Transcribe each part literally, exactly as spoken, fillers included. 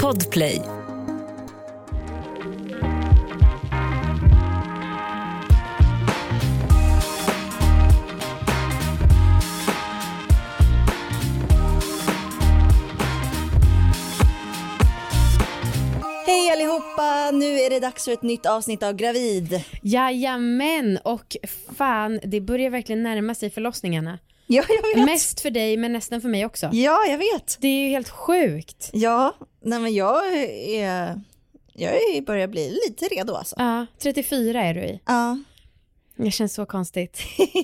Podplay. Hej allihopa, nu är det dags för ett nytt avsnitt av Gravid. Jajamän, och fan, det börjar verkligen närma sig förlossningarna. Ja, jag vet. Mest för dig, men nästan för mig också. Ja, jag vet. Det är ju helt sjukt. Ja, nej men jag är, jag är börjar bli lite redo alltså. Ja, trettiofyra är du i. Ja. Det känns så konstigt.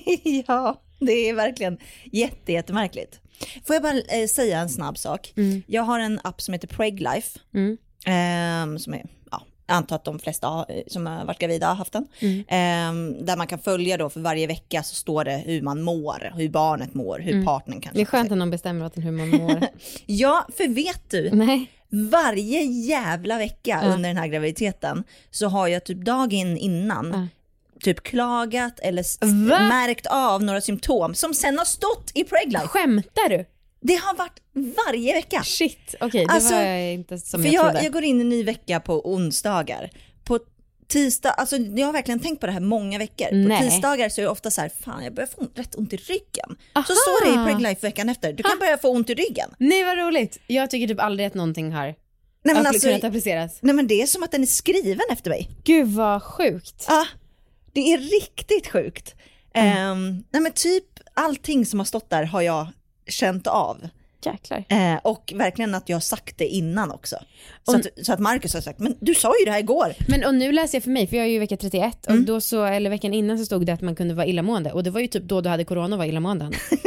Ja, det är verkligen jätte, jättemärkligt. Får jag bara eh, säga en snabb sak? Mm. Jag har en app som heter Preglife. Mm. Eh, som är, ja, jag antar att de flesta som har varit gravida har haft den. Mm. Eh, där man kan följa då för varje vecka så står det hur man mår, hur barnet mår, hur Mm. partnern kanske. Det är skönt att någon bestämmer åt en hur man mår. Ja, för vet du, Nej. varje jävla vecka Ja. under den här graviditeten så har jag typ dagen innan Ja. typ klagat eller s- Va? märkt av några symptom som sen har stått i Preglife. Skämtar du? Det har varit varje vecka. Shit, okej, okay, det Alltså, var jag inte som För jag, jag, trodde. jag går in i en ny vecka på onsdagar. På tisdag, alltså jag har verkligen tänkt på det här många veckor. Nej. På tisdagar så är det ofta så här, fan jag börjar få rätt ont i ryggen. Aha. Så står det i Preglife veckan efter, du kan Ha. börja få ont i ryggen. Nej, vad roligt. Jag tycker typ aldrig att någonting har Nej men, alltså, alltså, kunnat appliceras. nej men det är som att den är skriven efter mig. Gud vad sjukt. Ja, det är riktigt sjukt. Mm. Um, nej men typ allting som har stått där har jag känt av. Jäklar. Uh, och verkligen att jag har sagt det innan också. Så, Om... att, så att Marcus har sagt, men du sa ju det här igår. Men och nu läser jag för mig, för jag är ju i vecka trettioett Mm. och då så, eller veckan innan så stod det att man kunde vara illamående. Och det var ju typ då du hade corona och var illamående.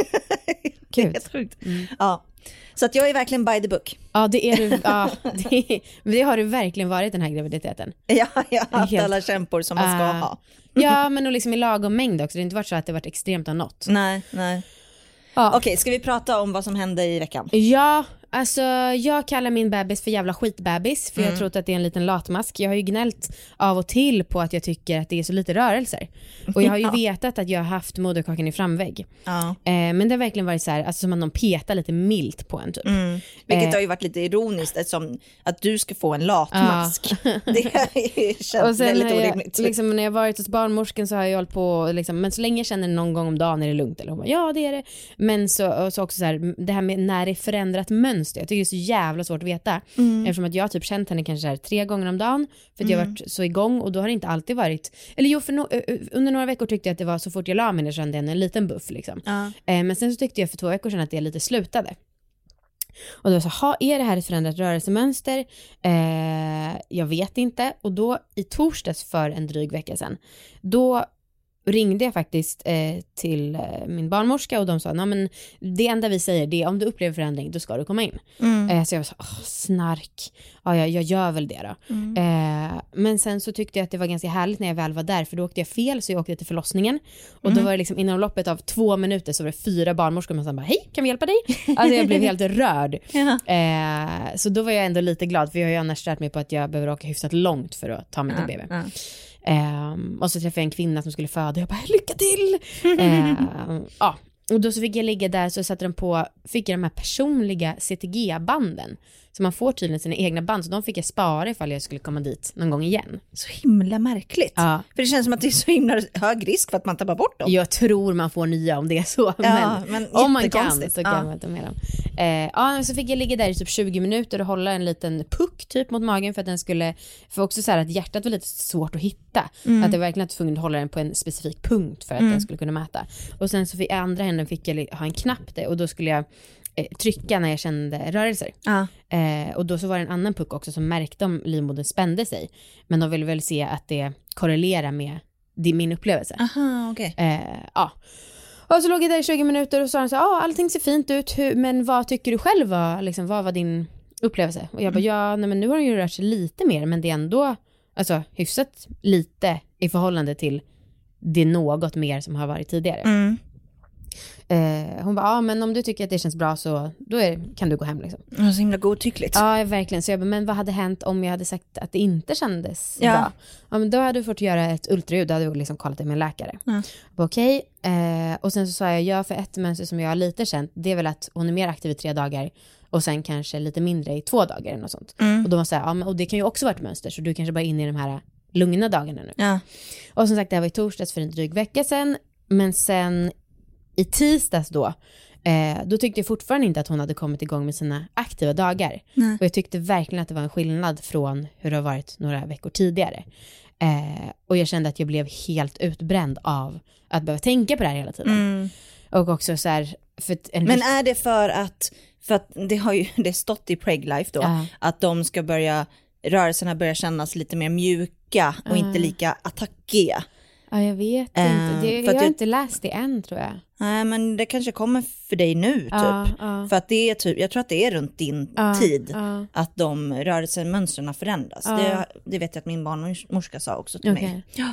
Det är helt sjukt. Mm. Ja. Så att jag är verkligen by the book. Ja, det är du. Ja, det, det har du verkligen varit den här graviditeten. Ja, jag har haft Helt... alla kämpor som man ska uh, ha. Ja, men och liksom i lagom mängd också. Det har inte varit så att det har varit extremt av något. Nej, nej. Ja. Okej, okay, ska vi prata om vad som hände i veckan? Ja, alltså jag kallar min bebis för jävla skitbebis. För Mm. jag tror att det är en liten latmask. Jag har ju gnällt av och till på att jag tycker att det är så lite rörelser. Och jag har ju Ja. vetat att jag har haft moderkakan i framvägg. Ja. eh, Men det har verkligen varit så här, alltså som att någon petar lite milt på en typ. Mm. Vilket Eh. har ju varit lite ironiskt eftersom att du ska få en latmask. Ja. Det känns Och sen väldigt har jag, orimligt. liksom, när jag varit hos barnmorskan så har jag hållit på liksom, men så länge jag känner någon gång om dagen är det lugnt. Eller hon bara, ja det är det. Men så, och så också så här, det här med när det är förändrat mönster. Jag tycker det är så jävla svårt att veta. Mm. Eftersom att jag har typ känt henne kanske så här, tre gånger om dagen. För att jag har varit så igång och då har det inte alltid varit. Eller jo, för no, under några veckor tyckte jag att det var så fort jag la mig kände jag en liten buff liksom. Ja. eh, Men sen så tyckte jag för två veckor sedan att det lite slutade. Och då sa ha är det här ett förändrat rörelsemönster? Eh, jag vet inte. Och då i torsdags för en dryg vecka sedan, då ringde jag faktiskt eh, till eh, min barnmorska och de sa, nej men det enda vi säger det är om du upplever förändring då ska du komma in. Mm. Eh, så jag var så, åh, snark. Ja, jag, jag gör väl det då. Mm. Eh, men sen så tyckte jag att det var ganska härligt när jag väl var där, för då åkte jag fel så jag åkte till förlossningen. Och Mm. då var det liksom inom loppet av två minuter så var det fyra barnmorskor och man bara, hej, kan vi hjälpa dig? Alltså jag blev helt rörd. Ja. Eh, så då var jag ändå lite glad, för jag har ju annars stört mig på att jag behöver åka hyfsat långt för att ta mig till B B. Ja. Um, och så träffade jag en kvinna som skulle föda och jag bara, lycka till! um, ja. Och då så fick jag ligga där, så satte de på, fick jag de här personliga C T G-banden. Så man får tydligen sina egna band, så de fick jag spara ifall jag skulle komma dit någon gång igen. Så himla märkligt. Ja. För det känns som att det är så himla hög risk för att man tappar bort dem. Jag tror man får nya om det är så. Ja, men men om man kan jättekonstigt. så kan Ja. man inte med dem. Eh, ja, så fick jag ligga där i typ tjugo minuter och hålla en liten puck typ mot magen för att den skulle, för också så här att hjärtat var lite svårt att hitta. Mm. Att jag verkligen var tvungen att hålla den på en specifik punkt för att Mm. den skulle kunna mäta. Och sen så fick andra händen fick jag ha en knapp där och då skulle jag eh, trycka när jag kände rörelser. Ja. Eh, och då så var det en annan puck också som märkte om livmodern spände sig. Men de ville väl se att det korrelerar med det, min upplevelse. Aha, okej. Eh, ja. Och så låg jag där i tjugo minuter och sa de så ja, allting ser fint ut, hur, men vad tycker du själv var, liksom, vad var din upplevelse? Och jag bara, ja, nej, men nu har den ju rört sig lite mer, men det är ändå alltså, hyfsat lite i förhållande till det något mer som har varit tidigare. Mm. Eh, hon bara, ja men om du tycker att det känns bra så då är, kan du gå hem liksom. Det var så himla godtyckligt. Ja, verkligen. Så jag bara, men vad hade hänt om jag hade sagt att det inte kändes Ja. bra? Ja, men då hade du fått göra ett ultraljud, då hade du liksom kollat det med en läkare. Ja. Okej, okay. eh, och sen så sa jag, ja för ett mönster som jag har lite känt, det är väl att hon är mer aktiv i tre dagar och sen kanske lite mindre i två dagar eller något sånt. Mm. Och då var så här, ja, men, och det kan ju också vara ett mönster, så du kanske bara är inne i de här lugna dagarna nu. Ja. Och som sagt, det här var i torsdags för en dryg vecka sedan, men sen i tisdags då, eh, då tyckte jag fortfarande inte att hon hade kommit igång med sina aktiva dagar. Nej. Och jag tyckte verkligen att det var en skillnad från hur det har varit några veckor tidigare. Eh, och jag kände att jag blev helt utbränd av att behöva tänka på det här hela tiden. Mm. Och också så här... För en Men är det för att, för att det har ju det stått i Preglife då, Ja. att de ska börja, rörelserna börjar kännas lite mer mjuka och Ja. inte lika attackiga. Ja, jag vet Eh, inte. Det, för att jag har du- inte läst det än, tror jag. Nej, men det kanske kommer för dig nu typ. Ja, ja. För att det är typ, jag tror att det är runt din Ja, tid ja. att de rörelsemönstren förändras. Ja. Det, det vet jag att min barnmorska sa också till Okej. mig. Ja.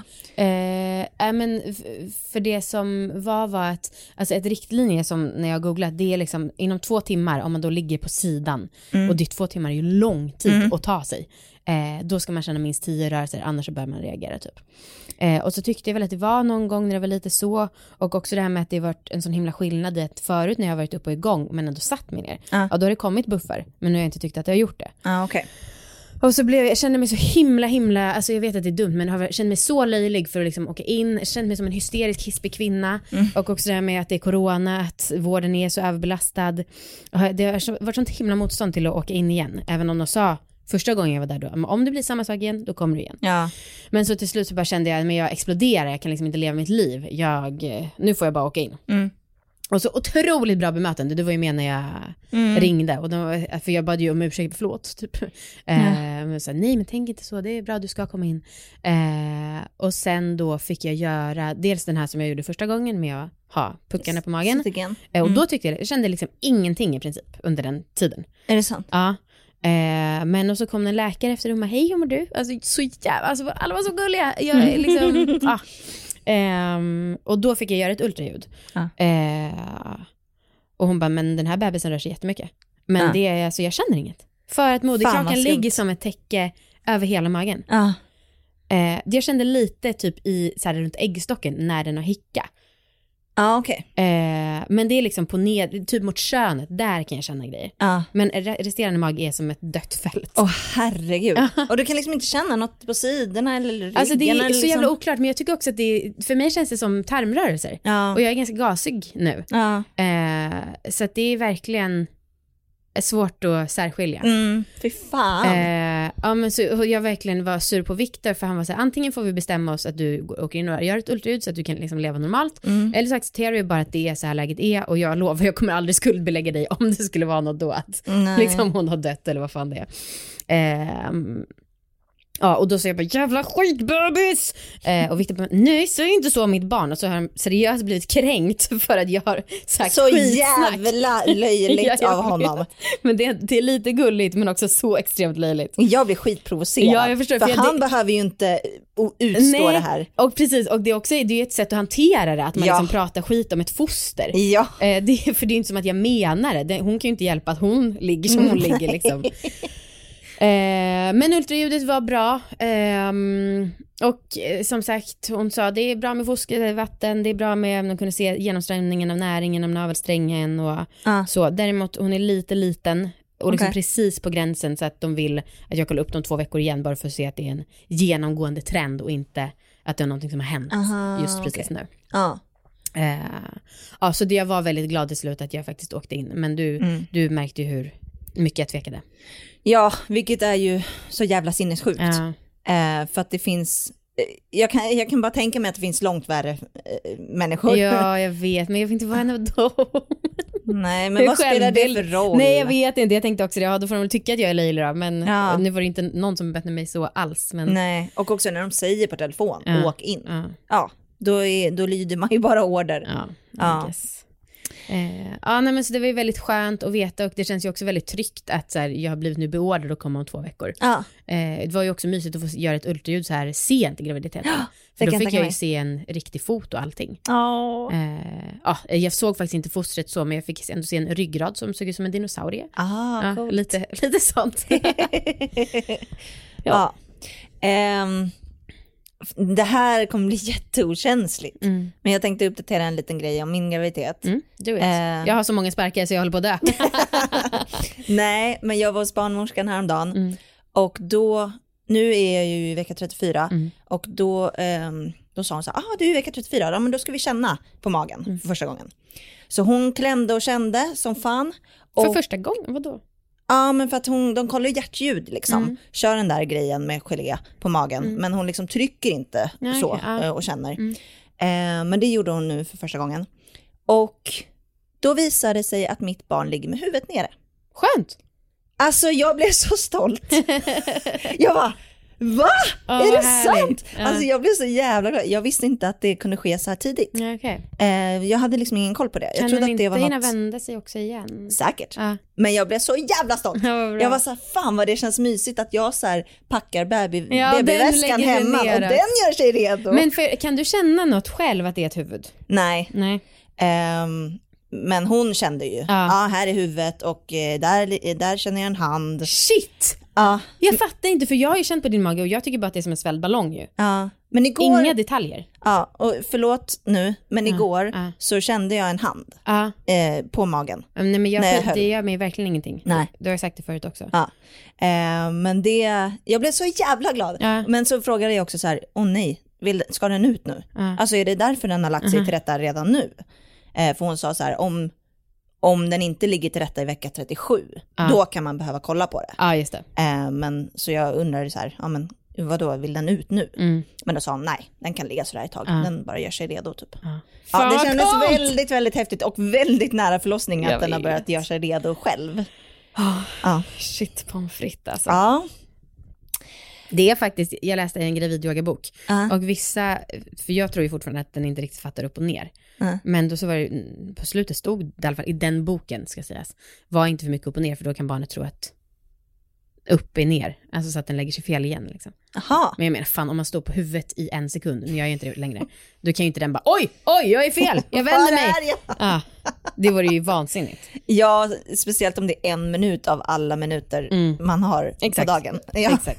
Eh, äh, men f- för det som var var att alltså ett riktlinje som när jag googlat, det är liksom inom två timmar om man då ligger på sidan Mm. och det är två timmar är ju lång tid Mm. att ta sig. Eh, då ska man känna minst tio rörelser, annars så bör man reagera typ. Eh, och så tyckte jag väl att det var någon gång när det var lite så, och också det här med att det varit en sån himla skillnad i att förut när jag har varit uppe och igång men ändå satt mig ner. Ja. Ja, då har det kommit buffar, men nu har jag inte tyckt att jag har gjort det. Ah, okej. Och så blev jag, jag kände mig så himla himla, alltså jag vet att det är dumt, men jag kände mig så löjlig för att liksom åka in. Jag kände mig som en hysterisk hispig kvinna. Mm. Och också det här med att det är corona, att vården är så överbelastad. Det har varit sånt himla motstånd till att åka in igen, även om de sa första gången jag var där då, men om det blir samma sak igen, då kommer du igen. Ja. Men så till slut så bara kände jag, men jag exploderar, jag kan liksom inte leva mitt liv. Jag, nu får jag bara åka in. Mm. Och så otroligt bra bemötande. Det var ju med när jag Mm. ringde. Och de, för jag bad ju om ursäkt, förlåt. Typ. Eh, men så, nej men tänk inte så, det är bra, du ska komma in. Eh, och sen då fick jag göra dels den här som jag gjorde första gången med att ha puckarna på magen. Sit again. Eh, och Mm. då tyckte jag, jag kände liksom ingenting i princip under den tiden. Är det sant? Ja. Eh, men och så kom en läkare efter och bara, hej hur mår du? Alltså så jävla, alltså, alla var så gulliga. Jag är liksom, ah. Ehm, och då fick jag göra ett ultraljud. Ja. Eh, och hon bara, men den här bebisen rör sig jättemycket. Men Ja. det är, alltså, jag känner inget. För att Fan, moderkakan vad skumt. ligger som ett täcke över hela magen. Ja. Eh, jag kände lite typ i, så här, runt äggstocken när den har hicka. Ja, okej. Eh, men det är liksom på ned, typ mot könet, där kan jag känna grejer. Ja. Men re- resterande mag är som ett dött fält. Åh herregud. Och du kan liksom inte känna något på sidorna eller ryggen? Alltså det är eller så liksom... jävla oklart, men jag tycker också att det är, för mig känns det som tarmrörelser. Ja. Och jag är ganska gasig nu. Ja. Eh, så att det är verkligen svårt att särskilja. Mm. Fy fan. Eh, ja, men så, jag verkligen var sur på Victor, för han var så här, antingen får vi bestämma oss att du åker in och gör ett ultraljud så att du kan liksom leva normalt, Mm. eller så accepterar vi bara att det är så här läget är, och jag lovar, jag kommer aldrig skuldbelägga dig om det skulle vara något då att Nej. liksom hon har dött eller vad fan det är. Eh, Ja, och då sa jag bara, jävla skitbebis! Eh, och Victor bara, nej, säg inte så om mitt barn. Och så har han seriöst blivit kränkt för att jag har sagt Så skitsnack. jävla löjligt Ja, jag av honom. vet. Men det, det är lite gulligt, men också så extremt löjligt. Jag blir skitprovocerad. Ja, jag förstår, för för jag- han det- behöver ju inte o- utstå det här. Och precis, och det är också det är ett sätt att hantera det, att man Ja. liksom pratar skit om ett foster. Ja. Eh, det, är- för det är inte som att jag menar det. det. Hon kan ju inte hjälpa att hon ligger som hon ligger liksom. Eh, men ultraljudet var bra. Ehm, och eh, som sagt, hon sa det är bra med fostervatten, det är bra med att de kunde se genomströmningen av näringen genom navelsträngen och Ah. så. Däremot hon är lite liten och liksom Okej. precis på gränsen, så att de vill att jag kollar upp dem två veckor igen bara för att se att det är en genomgående trend och inte att det är någonting som har hänt Aha, just precis okej. nu. Ja. Eh, ja, så det, jag var väldigt glad till slut att jag faktiskt åkte in. Men du, Mm. du märkte ju hur mycket jag tvekade. Ja, vilket är ju så jävla sinnessjukt. Ja. Eh, för att det finns, eh, jag kan, jag kan bara tänka mig att det finns långt värre eh, människor. Ja, jag vet, men jag vill inte vara en av dem. Nej, men Hur vad spelar det självbild- för roll? Nej, jag vet inte. Jag tänkte också det. Ja, då får de väl tycka att jag är löjlig då. Men Ja. nu var det inte någon som bättre mig så alls. Men, Nej, och också när de säger på telefon, Ja. åk in. Ja, Ja, då, är, då lyder man ju bara order. ja, Ja. I guess. Eh, ja, nej, men så det var ju väldigt skönt att veta, och det känns ju också väldigt tryggt att så här, jag har blivit nu beordrad att komma om två veckor. Ja. Eh, det var ju också mysigt att få göra ett ultraljud så här sent i graviditeten. Ja, För det då kan jag fick tänka jag ju mig. se en riktig fot och allting. Oh. Eh, ja, jag såg faktiskt inte fostret så, men jag fick ändå se en ryggrad som såg ut som en dinosaurie. Ah, Ja, coolt. lite, lite sånt. Ja. Ehm, det här kommer bli jätteokänsligt. Mm. Men jag tänkte uppdatera en liten grej om min graviditet. Mm, do it. Eh. Jag har så många sparkar så jag håller på att dö. Nej, men jag var hos barnmorskan häromdagen. Mm. Och då, nu är jag ju i vecka trettiofyra. Mm. Och då, um, då sa hon så här, ah du är i vecka trettiofyra, ja, men då ska vi känna på magen mm. för första gången. Så hon klämde och kände som fan. För och, första gången, vadå? Ja, men för att hon, de kollar hjärtljud liksom. Mm. Kör den där grejen med gelé på magen. Mm. Men hon liksom trycker inte Nej, så ja. och känner. Mm. Eh, men det gjorde hon nu för första gången. Och då visade det sig att mitt barn ligger med huvudet nere. Skönt. Alltså jag blev så stolt. Jag bara, va? Oh, är det härligt. sant? Ja. Alltså jag blev så jävla glad. Jag visste inte att det kunde ske så här tidigt. Ja, okay. eh, Jag hade liksom ingen koll på det. Jag kan trodde den att det var inte något... vända sig också igen? Säkert. Ja. Men jag blev så jävla stolt. Ja, vad bra. Jag var så här, fan vad det känns mysigt att jag så här packar baby, Ja, babyväskan hemma och den gör sig redo. Men för, kan du känna något själv att det är ett huvud? Nej. Nej. Um, men hon kände ju. Ja, Ja. ah, här är huvudet och eh, där, där känner jag en hand. Shit! Ja. Jag fattar inte, för jag har ju känt på din mage och jag tycker bara att det är som en svälld ballong ju. Ja. Men igår... Inga detaljer. Ja, och förlåt nu, men Ja, igår ja. så kände jag en hand Ja. eh, på magen. Nej, men jag, Nej, jag det gör mig verkligen ingenting. Nej. Du har sagt det förut också. Ja. Eh, men det, jag blev så jävla glad. Ja. Men så frågade jag också så här, åh nej, vill, ska den ut nu? Ja. Alltså är det därför den har lagt sig Mhm. till rätta redan nu? Eh, för hon sa så här, om, om den inte ligger till rätta i vecka trettiosju, Ja. då kan man behöva kolla på det. Ja, just det. Eh, men så jag undrade så här, ja men vadå, vill den ut nu? Mm. Men då sa hon, nej, den kan ligga sådär ett tag. Ja. Den bara gör sig redo typ. Ja. Ja, Fan, det vad kändes coolt! väldigt, väldigt häftigt och väldigt nära förlossning Jag att den har vet. börjat göra sig redo själv. Oh, Ja. shit, pommes frites alltså. Ja. Det är faktiskt, jag läste en gravidyogabok Ja. och vissa, för jag tror ju fortfarande att den inte riktigt fattar upp och ner. Ja. Men då så var det, på slutet stod det i alla fall, i den boken ska sägas, var inte för mycket upp och ner för då kan barnet tro att upp är ner, alltså så att den lägger sig fel igen liksom. Aha. Men jag menar, fan om man står på huvudet i en sekund, nu gör jag inte det längre, då kan ju inte den bara, oj, oj, jag är fel, jag vänder Var är mig. jag? Ja, det vore ju vansinnigt. Ja, speciellt om det är en minut av alla minuter Mm. man har Exakt. på dagen. Ja. Exakt.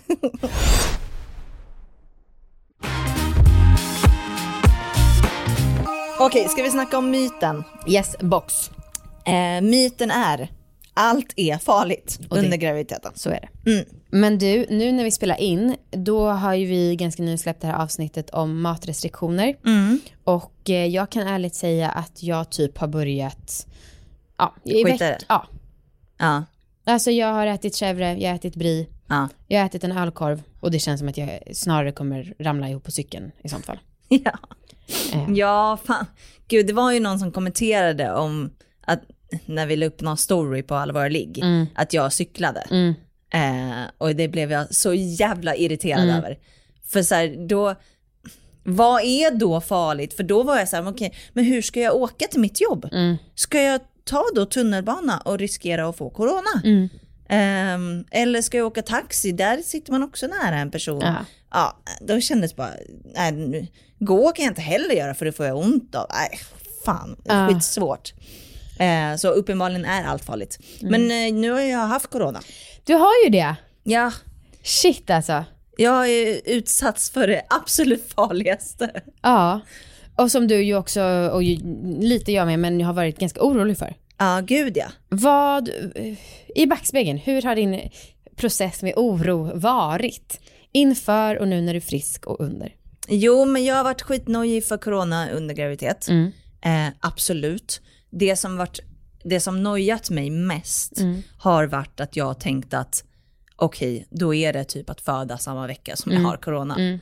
Okej, ska vi snacka om myten? Yes, box. Eh, myten är, allt är farligt Och det- under graviditeten. Så är det. Mm. Men du, nu när vi spelar in, då har ju vi ganska nyligen släppt det här avsnittet om matrestriktioner. Mm. Och eh, jag kan ärligt säga att jag typ har börjat, ja, i Skita veck- i det. ja. Ja. Alltså jag har ätit chèvre, jag har ätit brie, Ja. jag har ätit en ölkorv och det känns som att jag snarare kommer ramla ihop på cykeln i sånt fall. Ja. Eh. Ja, fan. Gud, det var ju någon som kommenterade om att när vi la upp någon story på alla våra ligg, Mm. att jag cyklade. Mm. Eh, och det blev jag så jävla irriterad Mm. över. För så här, då, vad är då farligt? För då var jag så här, okej, men hur ska jag åka till mitt jobb? Mm. Ska jag ta då tunnelbana och riskera att få corona? Mm. Ehm, eller ska jag åka taxi? Där sitter man också nära en person. Ja. Ja, då kändes bara, nej, nu, gå kan jag inte heller göra för det får jag ont av. Nej, fan, Ja. skitsvårt. Eh, så uppenbarligen är allt farligt. Mm. Men eh, nu har jag haft corona. Du har ju det. Ja, Shit alltså. jag är utsatts för det absolut farligaste. Ja. Och som du ju också, och ju, lite jag med, men jag har varit ganska orolig för. Ja, gud ja. Vad, i backspegeln, hur har din process med oro varit? Inför och nu när du är frisk och under? Jo, men jag har varit skitnojig för corona under graviditet. Mm. Eh, absolut. Det som, varit, det som nojat mig mest Mm. har varit att jag tänkt att okej, okay, då är det typ att föda samma vecka som Mm. jag har corona. Mm.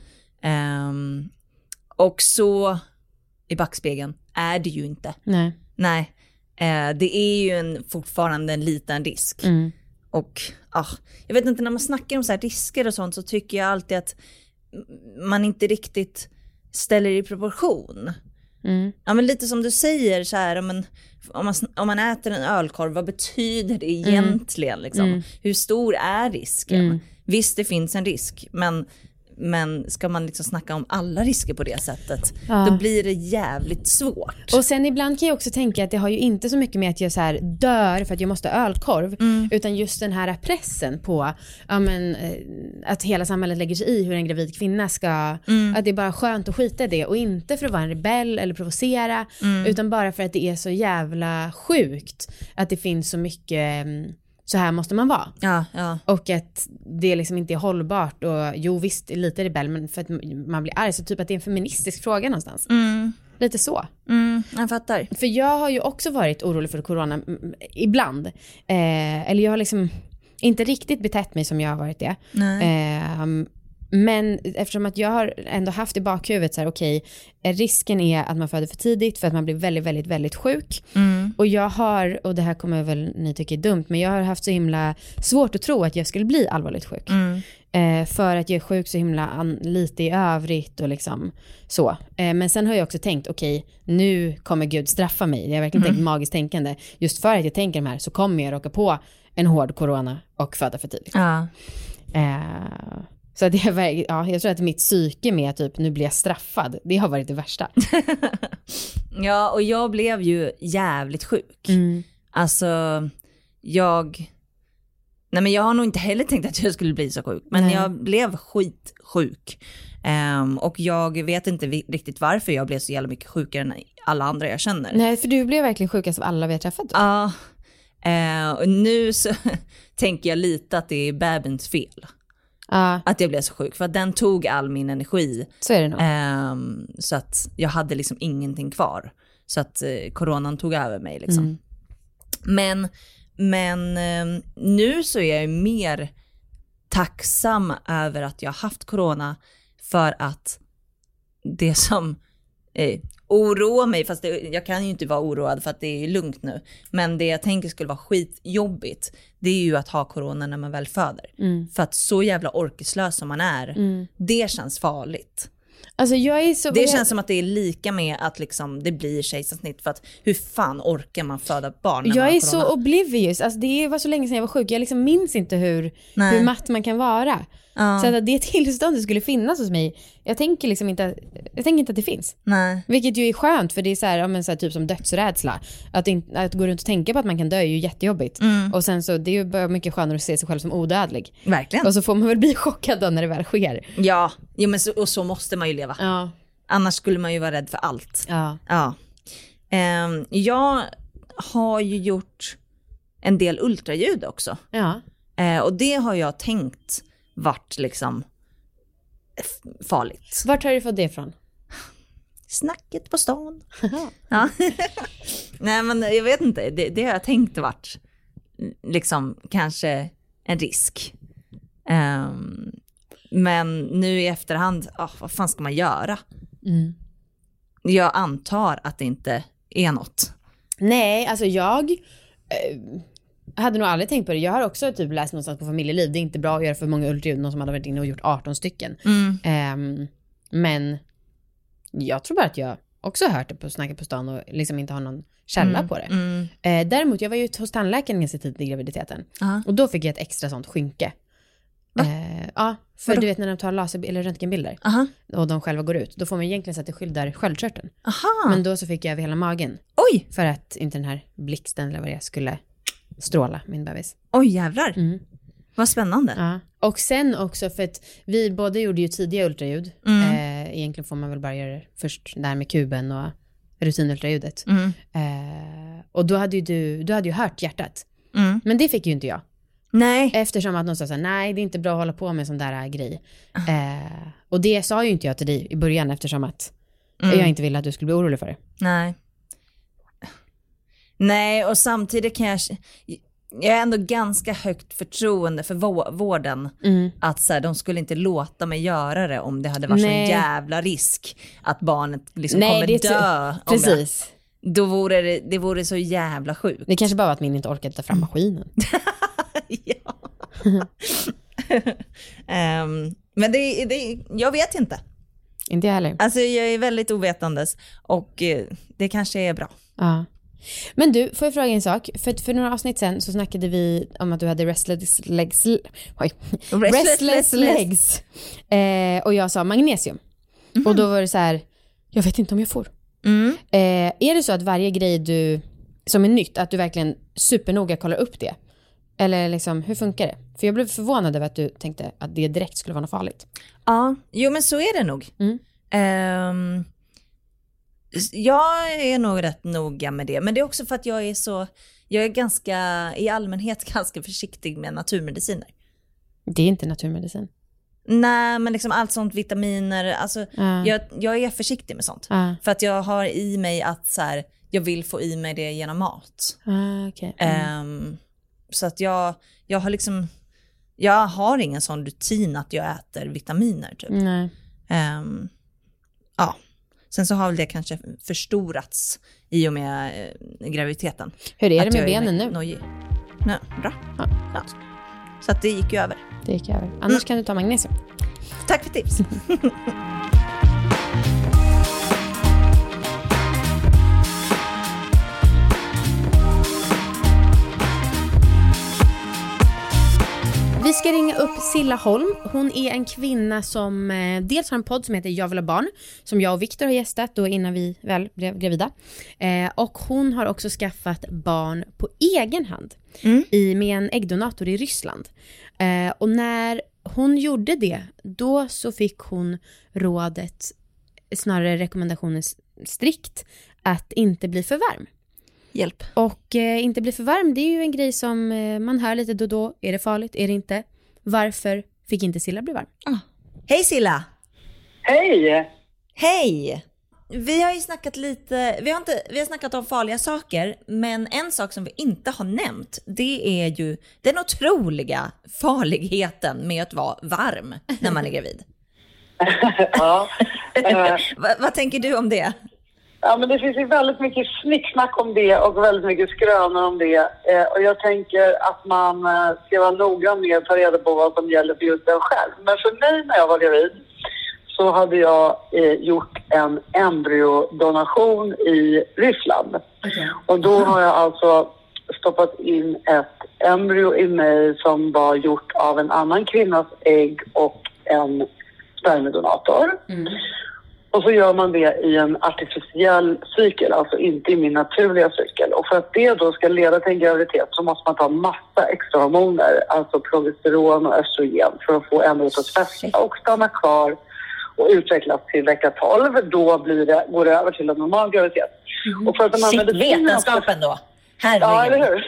Um, och så i backspegeln är det ju inte. Nej. Nej, eh, det är ju en, fortfarande en liten risk. Mm. Och ah, jag vet inte, när man snackar om så här risker och sånt så tycker jag alltid att man inte riktigt ställer i proportion. Mm. Ja, men lite som du säger så här, men om man, om man äter en ölkorv, vad betyder det egentligen? Liksom? Mm. Hur stor är risken? Mm. Visst, det finns en risk, men men ska man liksom snacka om alla risker på det sättet, ja. då blir det jävligt svårt. Och sen ibland kan jag också tänka att det har ju inte så mycket med att jag så här dör för att jag måste ha ölkorv, mm. utan just den här pressen på ja, men, att hela samhället lägger sig i hur en gravid kvinna ska, mm. att det är bara skönt att skita i det, och inte för att vara en rebell eller provocera, mm. utan bara för att det är så jävla sjukt att det finns så mycket så här måste man vara. Ja, ja. Och att det liksom inte är hållbart. Och jo visst, lite rebell, men för att man blir arg. Så typ att det är en feministisk fråga någonstans. Mm. Lite så. Mm, jag fattar. För jag har ju också varit orolig för corona ibland. Eh, eller jag har liksom inte riktigt betett mig som jag har varit det. Nej. Eh, men eftersom att jag har ändå haft i bakhuvudet så här, okej, okay, risken är att man föder för tidigt för att man blir väldigt, väldigt, väldigt sjuk. Mm. Och jag har, och det här kommer väl ni tycker är dumt, men jag har haft så himla svårt att tro att jag skulle bli allvarligt sjuk. Mm. Eh, för att jag är sjuk så himla an- lite i övrigt och liksom så. Eh, men sen har jag också tänkt, okej, okay, nu kommer Gud straffa mig. Jag har verkligen mm. tänkt magiskt tänkande. Just för att jag tänker de här så kommer jag råka på en hård corona och föda för tidigt. Ja. Eh, Så det är, ja, jag tror att mitt psyke med typ nu blir jag straffad, det har varit det värsta. Ja, och jag blev ju jävligt sjuk. Mm. Alltså, jag... Nej, men jag har nog inte heller tänkt att jag skulle bli så sjuk. Men Nej. jag blev skitsjuk. Um, och jag vet inte vi- riktigt varför jag blev så jävla mycket sjukare än alla andra jag känner. Nej, för du blev verkligen sjukast av alla vi har träffat. Ja, uh, uh, och nu så tänker jag lite att det är bebens fel. Ja. Att jag blev så sjuk. För att den tog all min energi. Så är det nog. Um, så att jag hade liksom ingenting kvar. Så att uh, coronan tog över mig liksom. Mm. Men, men um, nu så är jag mer tacksam över att jag har haft corona. För att det som eh, oroar mig, fast det, jag kan ju inte vara oroad för att det är lugnt nu. Men det jag tänker skulle vara skitjobbigt, det är ju att ha corona när man väl föder. Mm. För att så jävla orkeslös som man är, mm. det känns farligt. Alltså jag är så... Det känns som att det är lika med att liksom det blir kejsarsnitt. För att hur fan orkar man föda barn när jag man har är corona? så oblivious. Alltså det var så länge sedan jag var sjuk. Jag liksom minns inte hur, hur matt man kan vara. Ja. Så att det tillståndet skulle finnas hos mig. Jag tänker liksom inte, jag tänker inte att det finns. Nej. Vilket ju är skönt, för det är så här, ja, men så här typ som dödsrädsla. Att, in, att gå runt och tänka på att man kan dö är ju jättejobbigt. Mm. Och sen så det är ju bara mycket skönare att se sig själv som odödlig. Verkligen. Och så får man väl bli chockad då när det väl sker. Ja, ja men så, och så måste man ju leva. Ja. Annars skulle man ju vara rädd för allt. Ja. Ja. Um, jag har ju gjort en del ultraljud också. Ja. Uh, och det har jag tänkt vart liksom f- farligt. Vart har du fått det ifrån? Snacket på stan. Ja. Nej men jag vet inte, det, det har jag tänkt vart liksom kanske en risk. Um, men nu i efterhand, oh, vad fan ska man göra? Mm. Jag antar att det inte är något. Nej, alltså jag eh, hade nog aldrig tänkt på det. Jag har också typ läst någonstans på familjeliv. Det är inte bra att göra för många ultraljud. Någon som hade varit inne och gjort arton stycken. Mm. Eh, men jag tror bara att jag också har hört det på Snacket på stan och liksom inte har någon källa mm. på det. Mm. Eh, däremot, jag var ju hos tandläkaren ganska tidigt i graviditeten. Uh-huh. Och då fick jag ett extra sånt skynke. Eh, ja, för Vadå? du vet när de tar laser- eller röntgenbilder Aha. och de själva går ut, då får man egentligen så att det skyddar sköldkörteln. Aha. Men då så fick jag över hela magen. Oj! För att inte den här blixten eller vad det är skulle stråla min bebis. Oj jävlar. Mm. Vad spännande. Ja. Och sen också för att vi båda gjorde ju tidiga ultraljud. Mm. Eh, egentligen får man väl bara göra det först där med kuben och rutinultraljudet. Mm. Eh, och då hade ju du, du hade ju hört hjärtat. Mm. Men det fick ju inte jag. Nej. Eftersom att någon sa så här, nej det är inte bra att hålla på med sån där grej. Eh, och det sa ju inte jag till dig i början eftersom att mm. jag inte ville att du skulle bli orolig för det. Nej. Nej, och samtidigt kan jag... Jag är ändå ganska högt förtroende för vården. Mm. Att så här, de skulle inte låta mig göra det om det hade varit Nej. en jävla risk att barnet liksom Nej, kommer det är dö. så... Om Precis. Jag, då vore det, det vore så jävla sjukt. Det kanske bara var att min inte orkade ta fram maskinen. Ja. um, men det, det, jag vet inte. Inte jag heller. Alltså jag är väldigt ovetandes och eh, det kanske är bra. Ja. Men du, får jag fråga en sak? För, för några avsnitt sen så snackade vi om att du hade restless legs. Oj. Restless, restless legs. Eh, och jag sa magnesium. Mm-hmm. Och då var det så här, jag vet inte om jag får. Mm. Eh, är det så att varje grej du som är nytt, att du verkligen supernoga kollar upp det? Eller liksom, hur funkar det? För jag blev förvånad över att du tänkte att det direkt skulle vara något farligt. Ja, jo men så är det nog. Mm. Um, jag är nog rätt noga med det. Men det är också för att jag är så, jag är ganska, i allmänhet ganska försiktig med naturmediciner. Det är inte naturmedicin. Nej, men liksom allt sånt, vitaminer, alltså uh. jag, jag är försiktig med sånt. Uh. För att jag har i mig att så här, jag vill få i mig det genom mat. Uh, okay. mm. um, Så att jag, jag har liksom, jag har ingen sån rutin att jag äter vitaminer typ. Nej. Um, ja. Sen så har väl det kanske förstorats i och med eh, graviditeten. Hur är det med benen nu? Nojig. Nej, bra. Ja. Ja. Så att det gick ju över. Det gick över. Annars mm. kan du ta magnesium. Tack för tips. Vi ska ringa upp Silla Holm. Hon är en kvinna som eh, dels har en podd som heter Jag vill ha barn, som jag och Viktor har gästat då innan vi väl blev gravida. Eh, och hon har också skaffat barn på egen hand mm. i, med en äggdonator i Ryssland. Eh, och när hon gjorde det, då så fick hon rådet, snarare rekommendationen strikt, att inte bli för varm. Hjälp. Och eh, inte bli för varm, det är ju en grej som eh, man hör lite då och då. Är det farligt? Är det inte? Varför fick inte Silla bli varm? Ah. Hej Silla! Hej! Hej! Vi har ju snackat lite, vi har, inte, vi har snackat om farliga saker, men en sak som vi inte har nämnt, det är ju den otroliga farligheten med att vara varm när man är gravid. Ja. vad, vad tänker du om det? Ja, men det finns ju väldigt mycket snicksnack om det och väldigt mycket skrönor om det. Eh, och jag tänker att man eh, ska vara noga med att ta reda på vad som gäller för just en själv. Men för mig när jag var gravid så hade jag eh, gjort en embryodonation i Ryssland. Okay. Och då har jag alltså stoppat in ett embryo i mig som var gjort av en annan kvinnas ägg och en spermiedonator. Mm. Och så gör man det i en artificiell cykel, alltså inte i min naturliga cykel. Och för att det då ska leda till en graviditet så måste man ta massa extra hormoner, alltså progesteron och östrogen, för att få embryot att fästa och stanna kvar och utvecklas till vecka tolv. Då blir det, går det över till en normal graviditet. Mm. Och för att de här Shit, vetenskapen då! Herregud. Ja, eller hur?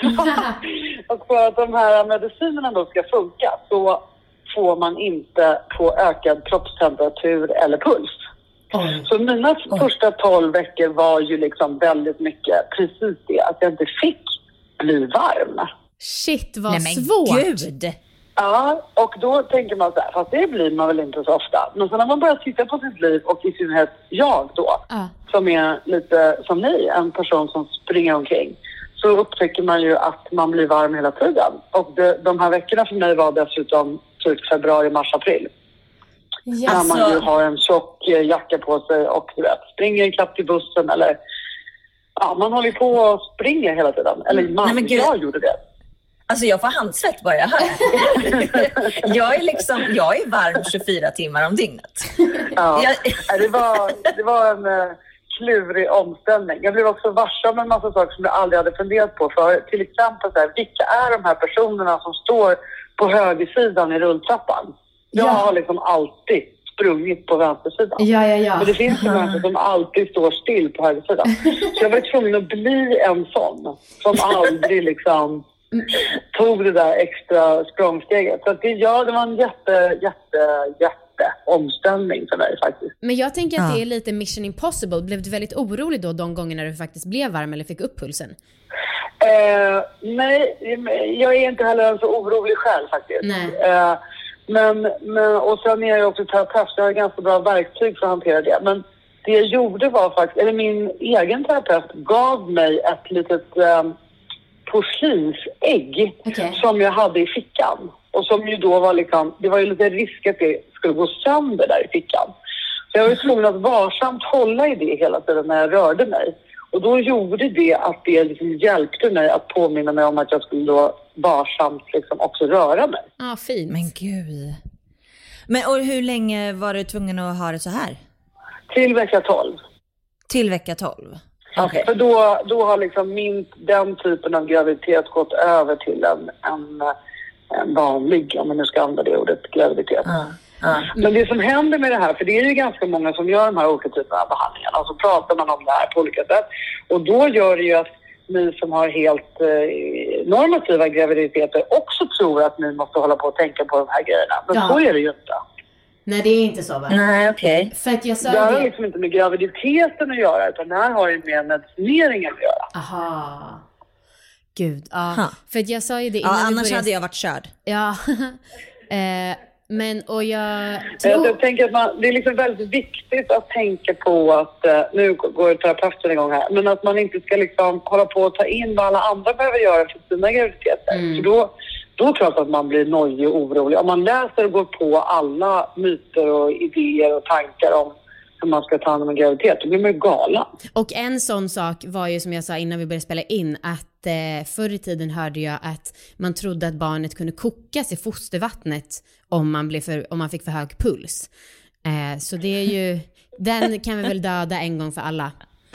Och för att de här medicinerna då ska funka så får man inte få ökad kroppstemperatur eller puls. Mm. Så mina mm. första tolv veckor var ju liksom väldigt mycket precis det, att jag inte fick bli varm. Shit, vad Nej, men svårt. Gud. Ja, och då tänker man så här, fast det blir man väl inte så ofta. Men så när man börjar titta på sitt liv, och i synnerhet jag då, uh. som är lite som ni, en person som springer omkring, så upptäcker man ju att man blir varm hela tiden. Och det, de här veckorna för mig var dessutom typ februari, mars, april. Yes. När man ju har en tjock jacka på sig och du vet, springer en klapp till bussen eller ja, man håller på och springer hela tiden. Eller man, Nej, men Gud. jag gjorde det. Alltså jag får handsvett bara jag hör. jag är liksom, jag är varm tjugofyra timmar om dygnet. Ja, jag... det, var, det var en uh, klurig omställning. Jag blev också varse om en massa saker som jag aldrig hade funderat på. För till exempel så här, vilka är de här personerna som står på högersidan i rulltrappan? Jag ja. har liksom alltid sprungit på vänstersidan. Ja, ja, ja. Men det finns ju människor som alltid står still på högersidan. Så jag var tvungen att bli en sån som aldrig liksom tog det där extra språngsteget. Så att det, ja, det var en jätte, jätte, jätte omställning för mig faktiskt. Men jag tänker att det är lite Mission Impossible. Blev du väldigt orolig då de gångerna du faktiskt blev varm eller fick upp pulsen? Eh, nej, jag är inte heller så orolig själv faktiskt. Nej. Eh, Men, men, och sen är jag också terapeut, så jag har ganska bra verktyg för att hantera det. Men det jag gjorde var faktiskt, eller min egen terapeut gav mig ett litet eh, porslinsägg okay. som jag hade i fickan. Och som ju då var liksom, det var ju lite risk att det skulle gå sönder där i fickan. Så jag var ju tvungen att varsamt hålla i det hela tiden när jag rörde mig. Och då gjorde det att det liksom hjälpte mig att påminna mig om att jag skulle då varsamt liksom också röra mig. Ja, ah, fint. Men gud. Men och hur länge var du tvungen att ha det så här? Till vecka tolv. Till vecka tolv? Okay. För då, då har liksom min, den typen av graviditet gått över till en, en, en vanlig, om man nu ska använda det ordet, graviditet. Mm. Mm. Men det som händer med det här, för det är ju ganska många som gör de här olika typerna av behandlingarna, och så pratar man om det här på olika sätt. Och då gör det ju att ni som har helt eh, normativa graviditeter också tror att ni måste hålla på och tänka på de här grejerna. Men ja. Så är det ju inte. Nej, det är inte så, va? Nej, okej. Okay. För att jag sa det har det... liksom inte med graviditeten att göra, utan det här har ju med medicineringen att göra. Aha. Gud, ja. Huh. För att jag sa ju det innan. Ja, annars började... hade jag varit körd. Ja, eh, men och jag tror... Jag, jag tänker att man, det är liksom väldigt viktigt att tänka på att, uh, nu går terapeuten igång här, men att man inte ska liksom hålla på att ta in vad alla andra behöver göra för sina graviditeter. Mm. För då, då är det klart att man blir nojig och orolig. Om man läser och går på alla myter och idéer och tankar om hur man ska ta hand om en graviditet, då blir man ju galen. Och en sån sak var ju, som jag sa innan vi började spela in, att eh, förr i tiden hörde jag att man trodde att barnet kunde kokas i fostervattnet om man, blev för, om man fick för hög puls. Eh, så det är ju, den kan vi väl döda en gång för alla.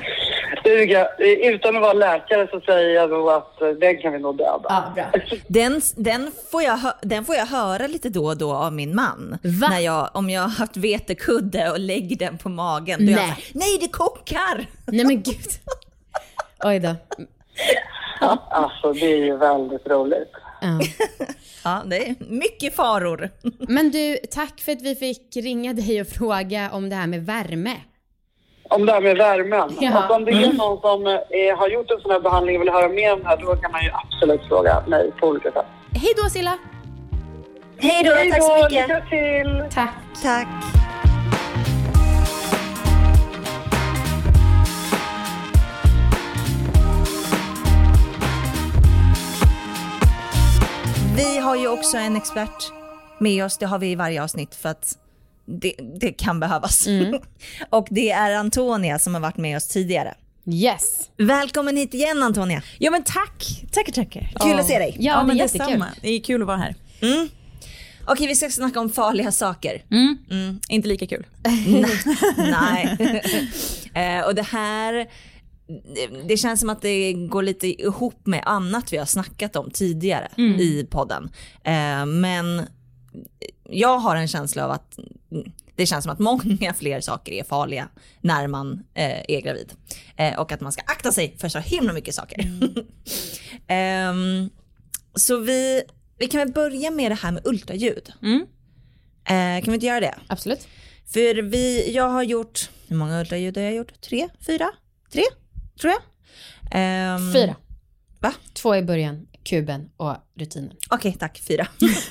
Utan att vara läkare så säger jag då att den kan vi nog döda. Ja, bra. Den, den, får jag, den får jag höra lite då och då av min man. När jag, om jag har haft vetekudde och lägger den på magen. Då nej. Jag säger, nej, det kokar! Nej, men gud. Oj då. Ja, alltså, det är ju väldigt roligt. Ja. Ja, det är mycket faror. Men du, tack för att vi fick ringa dig och fråga om det här med värme. Om det här med värmen. Ja. Och om det är någon som eh, har gjort en sån här behandling och vill höra mer om det här, då kan man ju absolut fråga mig på olika sätt. Hej då, Silla! Hej då, tack så mycket! Lycka till! Tack! Tack! Vi har ju också en expert med oss, det har vi i varje avsnitt för att Det, det kan behövas. Mm. Och det är Antonia som har varit med oss tidigare. Yes. Välkommen hit igen, Antonia. Ja, men tack. Tackar, tackar. Kul oh. att se dig. Ja, ja men det är detsamma. Det är kul att vara här. Mm. Okej, vi ska snacka om farliga saker. Mm. Mm. Inte lika kul. Nej. eh, och det här... Det känns som att det går lite ihop med annat vi har snackat om tidigare mm. i podden. Eh, men... Jag har en känsla av att det känns som att många fler saker är farliga när man eh, är gravid. Eh, och att man ska akta sig för så himla mycket saker. Mm. um, så vi, vi kan väl börja med det här med ultraljud. Mm. Eh, kan vi inte göra det? Absolut. För vi, jag har gjort, hur många ultraljud har jag gjort? Tre? Fyra? Tre? Tror jag. Um, Fyra. Va? Två i början. Kuben och rutinen. Okej, okay, tack. Fyra.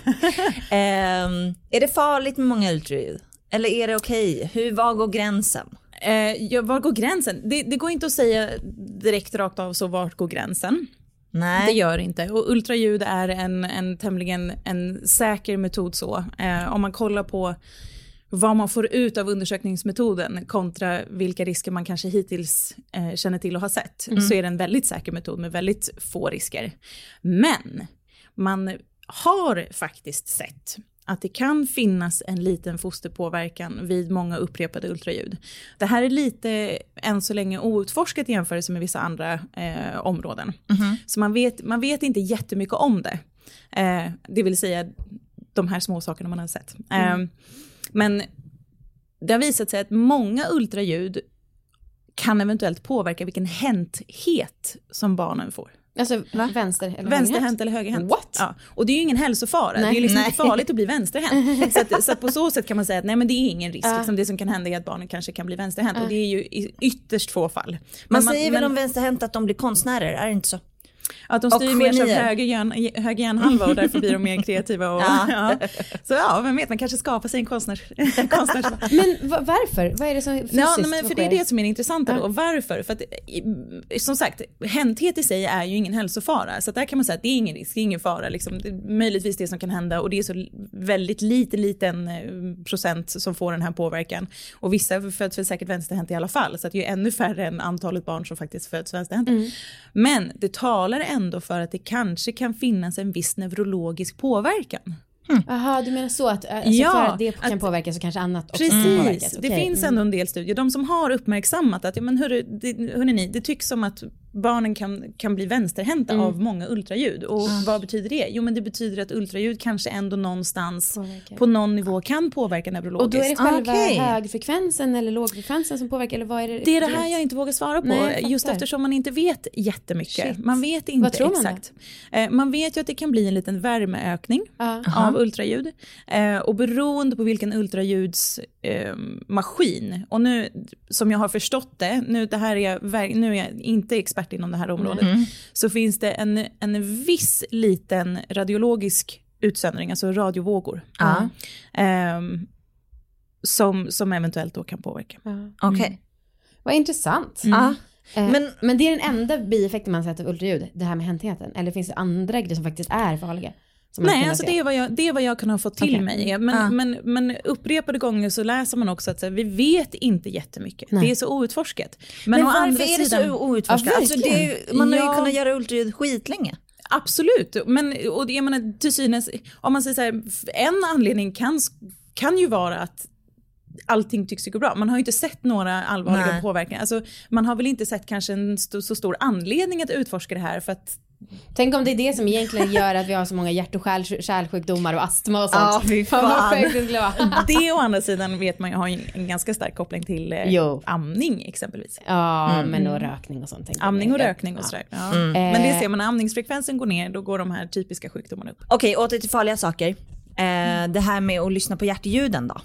um, är det farligt med många ultraljud? Eller är det okej? Okay? Hur, var går gränsen? Eh, ja, var går gränsen? Det, det går inte att säga direkt rakt av så vart går gränsen. Nej. Det gör inte. Och ultraljud är en, en tämligen en säker metod så. Eh, om man kollar på vad man får ut av undersökningsmetoden kontra vilka risker man kanske hittills eh, känner till och har sett, mm. så är det en väldigt säker metod med väldigt få risker. Men man har faktiskt sett att det kan finnas en liten fosterpåverkan vid många upprepade ultraljud. Det här är lite än så länge outforskat i jämförelse med vissa andra eh, områden. Mm. Så man vet, man vet inte jättemycket om det. Eh, det vill säga de här små sakerna man har sett. Mm. Eh, Men det har visat sig att många ultraljud kan eventuellt påverka vilken hänthet som barnen får. Alltså va? vänster eller Vänsterhänt eller högerhänt. What? Ja. Och det är ju ingen hälsofara. Nej. Det är ju liksom nej. inte farligt att bli vänsterhänt. så, att, så att på så sätt kan man säga att nej, men det är ingen risk. Uh. Liksom det som kan hända är att barnen kanske kan bli vänsterhänt. Uh. Och det är ju i ytterst få fall. Men man, man säger men, väl om vänsterhänt att de blir konstnärer, är det inte så? Att de styr mer som genier. höger, hjärn, höger hjärnhalva och därför blir de mer kreativa. Och, Ja. ja. Så ja, vem vet, man kanske skapar sig en konstnärs... konstnärs... Men va- varför? Vad är det som fysiskt Ja, nej, men för det är sker? det som är det intressanta då. Ja. Och varför? För att, i- som sagt, hänthet i sig är ju ingen hälsofara. Så att där kan man säga att det är ingen risk, det är ingen fara. Liksom, det är möjligtvis det som kan hända. Och det är så väldigt liten, liten eh, procent som får den här påverkan. Och vissa föds väl säkert vänsterhänt i alla fall. Så att det är ännu färre än antalet barn som faktiskt föds vänsterhänta. Mm. Men det talar ändå för att det kanske kan finnas en viss neurologisk påverkan. Jaha, du menar så att, alltså Ja, för att det kan att- påverka så kanske annat också kan påverkas. Precis, det Okej. finns ändå en del studier. De som har uppmärksammat att, ja, men hörru, det, hörni, ni, det tycks som att barnen kan, kan bli vänsterhänta Mm. av många ultraljud. Och vad betyder det? Jo, men det betyder att ultraljud kanske ändå någonstans Påverkar. på någon nivå kan påverka neurologiskt. Och då är det själva Okej. högfrekvensen eller lågfrekvensen som påverkar, eller vad är det? Det är det här jag inte vågar svara på, Nej, jag fattar. just eftersom man inte vet jättemycket. Shit. Man vet inte Vad tror man då? exakt. Eh, man vet ju att det kan bli en liten värmeökning Ja. av ultraljud. Eh, och beroende på vilken ultraljudsmaskin, eh, maskin, och nu som jag har förstått det, nu, det här är jag, ver- nu är jag inte expert inom det här området, så finns det en, en viss liten radiologisk utsöndring, alltså radiovågor. Ja. Eh, som, som eventuellt då kan påverka. Ja. Okej. Vad intressant. Ja. Eh, Men- men det är den enda bieffekten man sett av ultraljud, det här med häntheten. Eller finns det andra grejer som faktiskt är farliga? Som man Nej, kan alltså se? det är vad jag, det är vad jag kan ha fått till Okej. mig. Men, Ja. men, men upprepade gånger så läser man också att så här, vi vet inte jättemycket. Nej. Det är så outforskat. Men, Men å varför andra är det sidan, så outforskat? Ja, alltså, det är ju, man har ju Ja. kunnat göra ultraljud skitlänge. Absolut, men och det, jag menar, till synes, om man säger så här, en anledning kan, kan ju vara att allting tycks gå bra. Man har ju inte sett några allvarliga Nej. påverkningar. Alltså, man har väl inte sett kanske en st- så stor anledning att utforska det här för att Tänk om det är det som egentligen gör att vi har så många hjärt- och kärl- kärlsjukdomar och astma och sånt. Ja, fy Fan vad fan. sjukt det skulle vara. det å andra sidan vet man ju har ju en ganska stark koppling till eh, Jo. amning exempelvis. Ja, men och rökning och sånt. tänker jag. Amning och rökning och sådär. Ja. Mm. Men det Eh. ser man, när amningsfrekvensen går ner, då går de här typiska sjukdomarna upp. Okej, åter till farliga saker. Eh, det här med att lyssna på hjärtljuden då.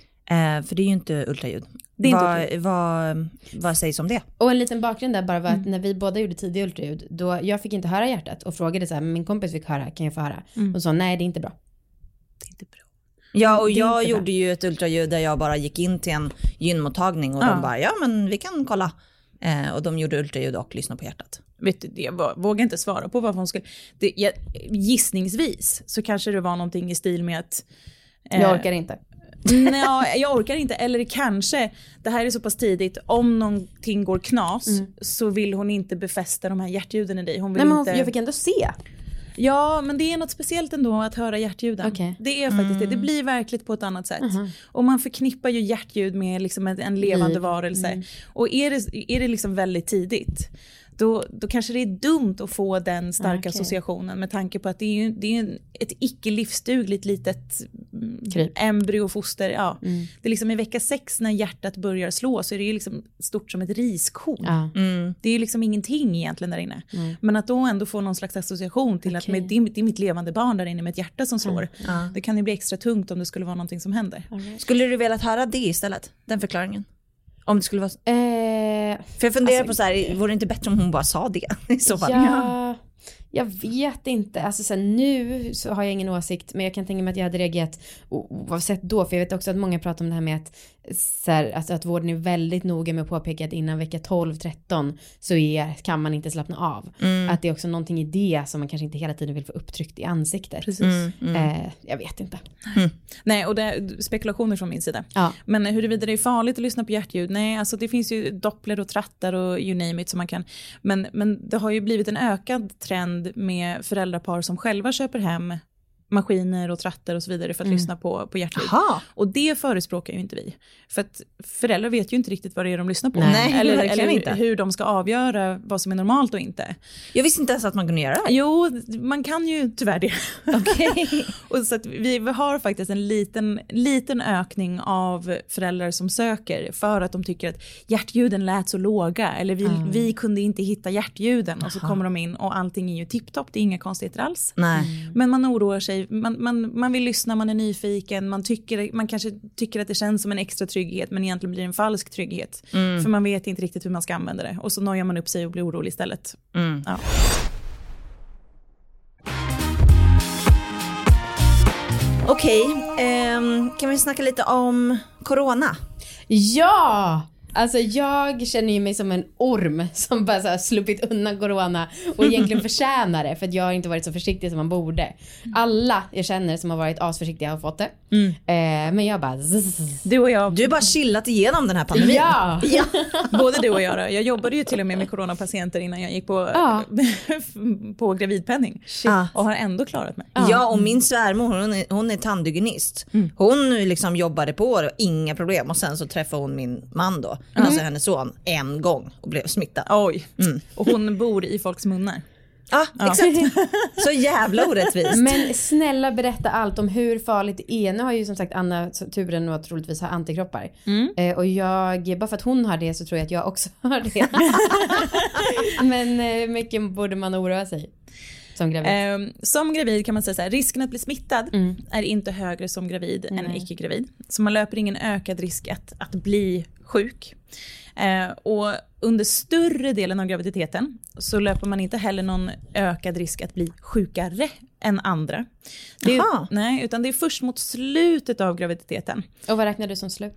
Eh, för det är ju inte ultraljud. Det är inte vad, ultraljud. vad, vad sägs om det? Och en liten bakgrund där bara var att när vi båda gjorde tidig ultraljud, då jag fick inte höra hjärtat och frågade så här, men min kompis fick höra, kan jag få höra? Och så nej, det är inte bra. Det är inte bra. Ja, och Det är jag inte bra. gjorde ju ett ultraljud där jag bara gick in till en gynmottagning och Ja. de bara, ja men vi kan kolla. Eh, och de gjorde ultraljud och lyssnade på hjärtat. Vet du, jag vå- vågar inte svara på vad hon skulle... Det, jag, gissningsvis så kanske det var någonting i stil med att... eh, Jag orkar inte. Nej, jag orkar inte. Eller kanske, det här är så pass tidigt, om någonting går knas så vill hon inte befästa de här hjärtljuden i dig. Hon vill Nej, men hon, inte... jag fick ändå se. Ja, men det är något speciellt ändå att höra hjärtljuden. Okej. Det är faktiskt det. Det blir verkligt på ett annat sätt. Och man förknippar ju hjärtljud med liksom en, en levande Liv. varelse. Och är det, är det liksom väldigt tidigt, då, då kanske det är dumt att få den starka Okej. associationen med tanke på att det är ju det är ju ett icke-livsdugligt litet mm, Kryp. embryofoster. Ja. Mm. Det är liksom i vecka sex när hjärtat börjar slå så är det ju liksom stort som ett riskorn. Ja. Mm. Det är ju liksom ingenting egentligen där inne. Mm. Men att då ändå få någon slags association till att Okej. med, det, är, det är mitt levande barn där inne med ett hjärta som slår. Ja. Det kan ju bli extra tungt om det skulle vara någonting som händer. Skulle du velat höra det istället? Den förklaringen? Om det skulle vara... Eh, För jag funderar Alltså- på så här, vore det inte bättre om hon bara sa det i så fall? ja, jag vet inte. Alltså så här, nu så har jag ingen åsikt, men jag kan tänka mig att jag hade reagerat oavsett då, för jag vet också att många pratar om det här med att, så här, alltså att vården är väldigt noga med att påpeka att innan vecka tolv tretton så är, kan man inte slappna av. Mm. Att det är också någonting i det som man kanske inte hela tiden vill få upptryckt i ansiktet. Precis. Mm, mm. Eh, jag vet inte. Nej, och det är spekulationer från min sida. Ja. Men huruvida det är farligt att lyssna på hjärtljud, nej, alltså det finns ju doppler och trattar och you name it som man kan. Men, men det har ju blivit en ökad trend med föräldrapar som själva köper hem maskiner och trattar och så vidare för att Mm. lyssna på, på hjärtljud. Jaha. Och det förespråkar ju inte vi. För att föräldrar vet ju inte riktigt vad det är de lyssnar på. Nej, eller verkligen eller inte. hur de ska avgöra vad som är normalt och inte. Jag visste inte ens att man kunde göra det. Jo, man kan ju tyvärr det. Okej. Och så att vi, vi har faktiskt en liten, liten ökning av föräldrar som söker för att de tycker att hjärtljuden lät så låga. Eller vi, Mm. vi kunde inte hitta hjärtljuden. Och så kommer de in och allting är ju tipptopp, det är inga konstigheter alls. Nej. Men man oroar sig, man, man, man vill lyssna, man är nyfiken, man, tycker, man kanske tycker att det känns som en extra trygghet men egentligen blir det en falsk trygghet. Mm. För man vet inte riktigt hur man ska använda det. Och så nojar man upp sig och blir orolig istället. Mm. Ja. Okej, ehm, kan vi snacka lite om corona? Ja! Alltså jag känner ju mig som en orm som bara så här sluppit undan corona och egentligen förtjänar det för att jag har inte varit så försiktig som man borde. Alla jag känner som har varit asförsiktiga har fått det. Mm. Eh, men jag bara... Zzz. Du och jag... Du har bara chillat igenom den här pandemin. Ja! ja. Både du och jag då. Jag jobbade ju till och med med coronapatienter innan jag gick på, ja. på gravidpenning. Ja. Och har ändå klarat mig. Ja, ja och min svärmor hon är, hon är tandhygienist. Mm. Hon liksom jobbade på det, inga problem. Och sen så träffade hon min man då. Mm. Alltså hennes son en gång och blev smittad. Oj, mm. och hon bor i folks munnar. Ah, ja, exakt. Så jävla orättvist. Men snälla berätta allt om hur farligt det är. Nu har ju som sagt Anna turen att troligtvis ha antikroppar. Mm. Eh, och jag, bara för att hon har det så tror jag att jag också har det. Men eh, mycket borde man oroa sig. Som gravid. Eh, som gravid kan man säga så här, risken att bli smittad mm. är inte högre som gravid mm. än icke-gravid. Så man löper ingen ökad risk att, att bli sjuk. Eh, och under större delen av graviditeten så löper man inte heller någon ökad risk att bli sjukare än andra. Det är, nej, utan det är först mot slutet av graviditeten. Och vad räknar du som slut?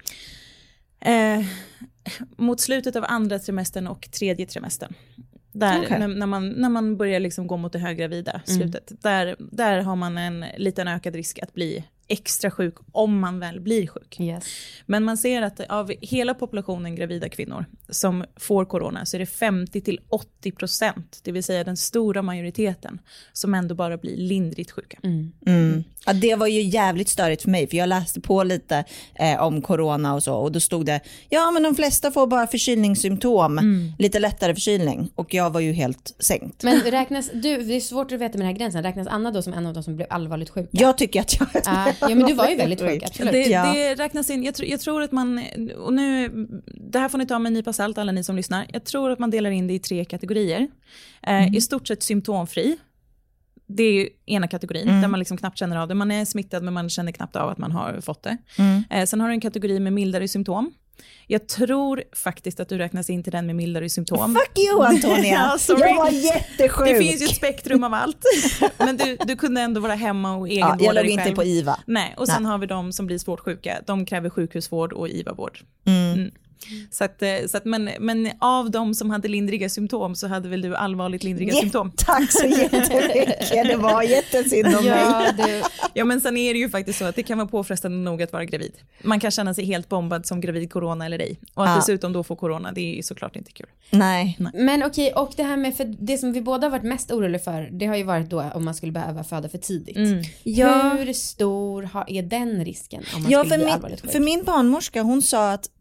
Eh, mot slutet av andra trimestern och tredje trimestern. Där, okay. när, när, man, när man börjar liksom gå mot det höggravida slutet. Mm. Där, där har man en liten ökad risk att bli extra sjuk om man väl blir sjuk. Yes. Men man ser att av hela populationen gravida kvinnor som får corona så är det femtio till åttio procent, det vill säga den stora majoriteten, som ändå bara blir lindrigt sjuka. Mm. Mm. Ja, det var ju jävligt störigt för mig för jag läste på lite eh, om corona och så och då stod det, ja men de flesta får bara förkylningssymptom, mm. lite lättare förkylning och jag var ju helt sänkt. Men räknas, du, det är svårt att veta med den här gränsen, räknas Anna då som en av de som blev allvarligt sjuka? Jag tycker att jag är Ja, men du var ju väldigt sjuk, absolut. Det, ja. det räknas in, jag, tr- jag tror att man, och nu, det här får ni ta med en nypa salt alla ni som lyssnar. Jag tror att man delar in det i tre kategorier. Eh, mm. I stort sett symptomfri. Det är ju ena kategorin mm. där man liksom knappt känner av det. Man är smittad men man känner knappt av att man har fått det. Mm. Eh, sen har du en kategori med mildare symptom. Jag tror faktiskt att du räknas in till den med mildare symptom. Fuck you Antonia, ja, jag var jättesjuk. Det finns ju ett spektrum av allt. Men du, du kunde ändå vara hemma och egenvårda dig själv. Jag låg inte på I V A. Nej, och sen Nej. har vi de som blir svårt sjuka. De kräver sjukhusvård och I V A-vård. Mm. Mm. Så att, så att, men, men av de som hade lindriga symptom så hade väl du allvarligt lindriga yeah, symptom. Tack så jättemycket, det var jättesynd om ja, mig. Det, ja men sen är det ju faktiskt så att det kan vara påfrestande nog att vara gravid. Man kan känna sig helt bombad som gravid corona eller ej. Och att ja. dessutom då få corona, det är ju såklart inte kul. Nej. Nej. Men okej, och det här med, för det som vi båda har varit mest oroliga för, det har ju varit då om man skulle behöva föda för tidigt. Mm. Ja. Hur stor har, är den risken om man ja, skulle för bli min, allvarligt sjuk? för min barnmorska, hon sa att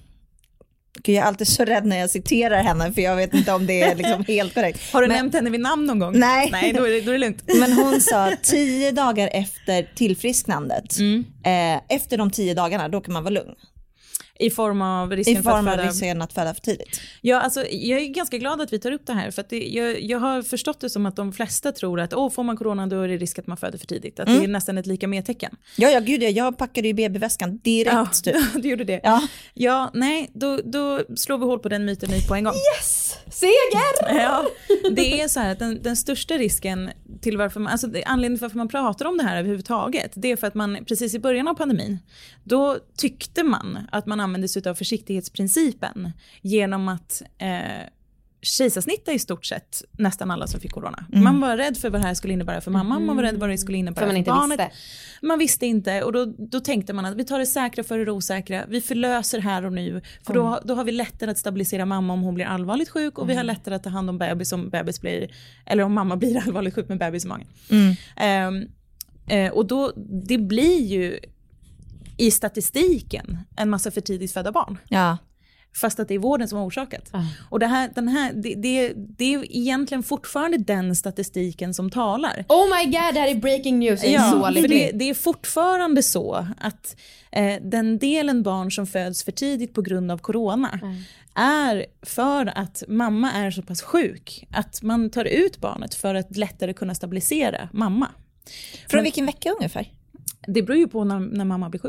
jag är alltid så rädd när jag citerar henne för jag vet inte om det är liksom helt korrekt. Har du men, nämnt henne vid namn någon gång? Nej. Nej, då är det, då är det lugnt. Men hon sa tio dagar efter tillfrisknandet, mm. eh, efter de tio dagarna, då kan man vara lugn. I form av risken, I form för av att, risken att föda för tidigt. Ja, alltså, jag är ganska glad att vi tar upp det här. För att det, jag, jag har förstått det som att de flesta tror att oh, får man corona då är det risk att man föder för tidigt. Att mm. det är nästan ett lika med tecken. Ja, ja gud, jag packade ju babyväskan direkt. Ja, typ. du gjorde det. Ja, ja nej, då, då slår vi hål på den myten på en gång. Yes! Seger! Ja, det är så här att den, den största risken till varför man, alltså anledningen till varför man pratar om det här överhuvudtaget, det är för att man precis i början av pandemin, då tyckte man att man använde sig av försiktighetsprincipen genom att eh, kejsarsnitta i stort sett nästan alla som fick corona. Mm. Man var rädd för vad det här skulle innebära för mamman, mm. man var rädd vad det skulle innebära för, man för inte barnet. Visste. Man visste inte och då, då tänkte man att vi tar det säkra för det osäkra, vi förlöser här och nu för mm. då, då har vi lättare att stabilisera mamma om hon blir allvarligt sjuk och mm. vi har lättare att ta hand om bebis om bebis blir, eller om mamma blir allvarligt sjuk med bebis i magen. Mm. Um, uh, och då, det blir ju i statistiken en massa för tidigt födda barn. Ja. Fast att det är vården som har orsakat. Uh. Och det här, den här, det, det, det är egentligen fortfarande den statistiken som talar. Oh my god, det här är breaking news. Det är ja, så för det, det är fortfarande så att eh, den delen barn som föds för tidigt på grund av corona mm. är för att mamma är så pass sjuk att man tar ut barnet för att lättare kunna stabilisera mamma. Från Men, vilken vecka ungefär? Det beror ju på när, när mamma blir sjuk.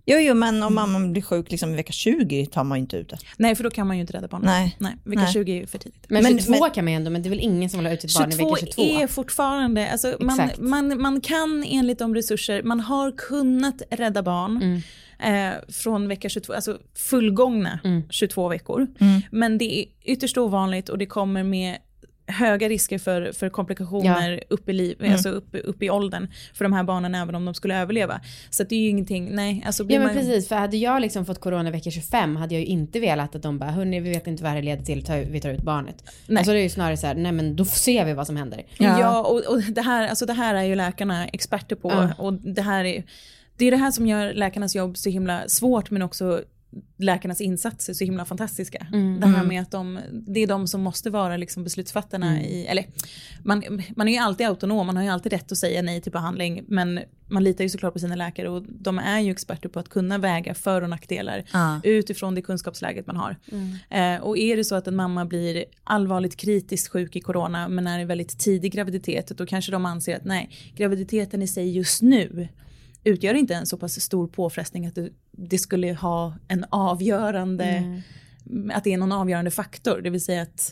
Jo, jo, men om mamman blir sjuk liksom i vecka tjugo tar man ju inte ut det. Nej, för då kan man ju inte rädda barnet. Nej. Nej, vecka Nej. tjugo är ju för tidigt. Men, Men- tjugotvå men- kan man ju ändå, men det är väl ingen som vill ha ut ett barn i vecka tjugotvå? är fortfarande, alltså man, Exakt. man, man kan enligt de resurser, man har kunnat rädda barn Mm. eh, från vecka tjugotvå, alltså fullgångna Mm. tjugotvå veckor. Mm. Men det är ytterst ovanligt och det kommer med höga risker för, för komplikationer upp, i liv, Mm. alltså upp, upp i åldern för de här barnen även om de skulle överleva. Så att det är ju ingenting, nej. Alltså blir Ja men man, precis, för hade jag liksom fått corona vecka tjugofem hade jag ju inte velat att de bara, hörni vi vet inte vad det leder till, ta, vi tar ut barnet. Nej. Alltså det är ju snarare så här, nej men då ser vi vad som händer. Ja. Ja, och, och det, här, alltså det här är ju läkarna experter på. Ja. Och det här är, det är det här som gör läkarnas jobb så himla svårt, men också läkarnas insatser så himla fantastiska. Mm. Det här med att de, det är de som måste vara liksom beslutsfattarna Mm. i, eller man, man är ju alltid autonom, man har ju alltid rätt att säga nej till behandling, men man litar ju såklart på sina läkare och de är ju experter på att kunna väga för- och nackdelar Ja. utifrån det kunskapsläget man har. Mm. Eh, och är det så att en mamma blir allvarligt kritiskt sjuk i corona men är i väldigt tidig graviditet, då kanske de anser att nej, graviditeten i sig just nu utgör inte en så pass stor påfrestning att det, det skulle ha en avgörande, Mm. att det är någon avgörande faktor. Det vill säga att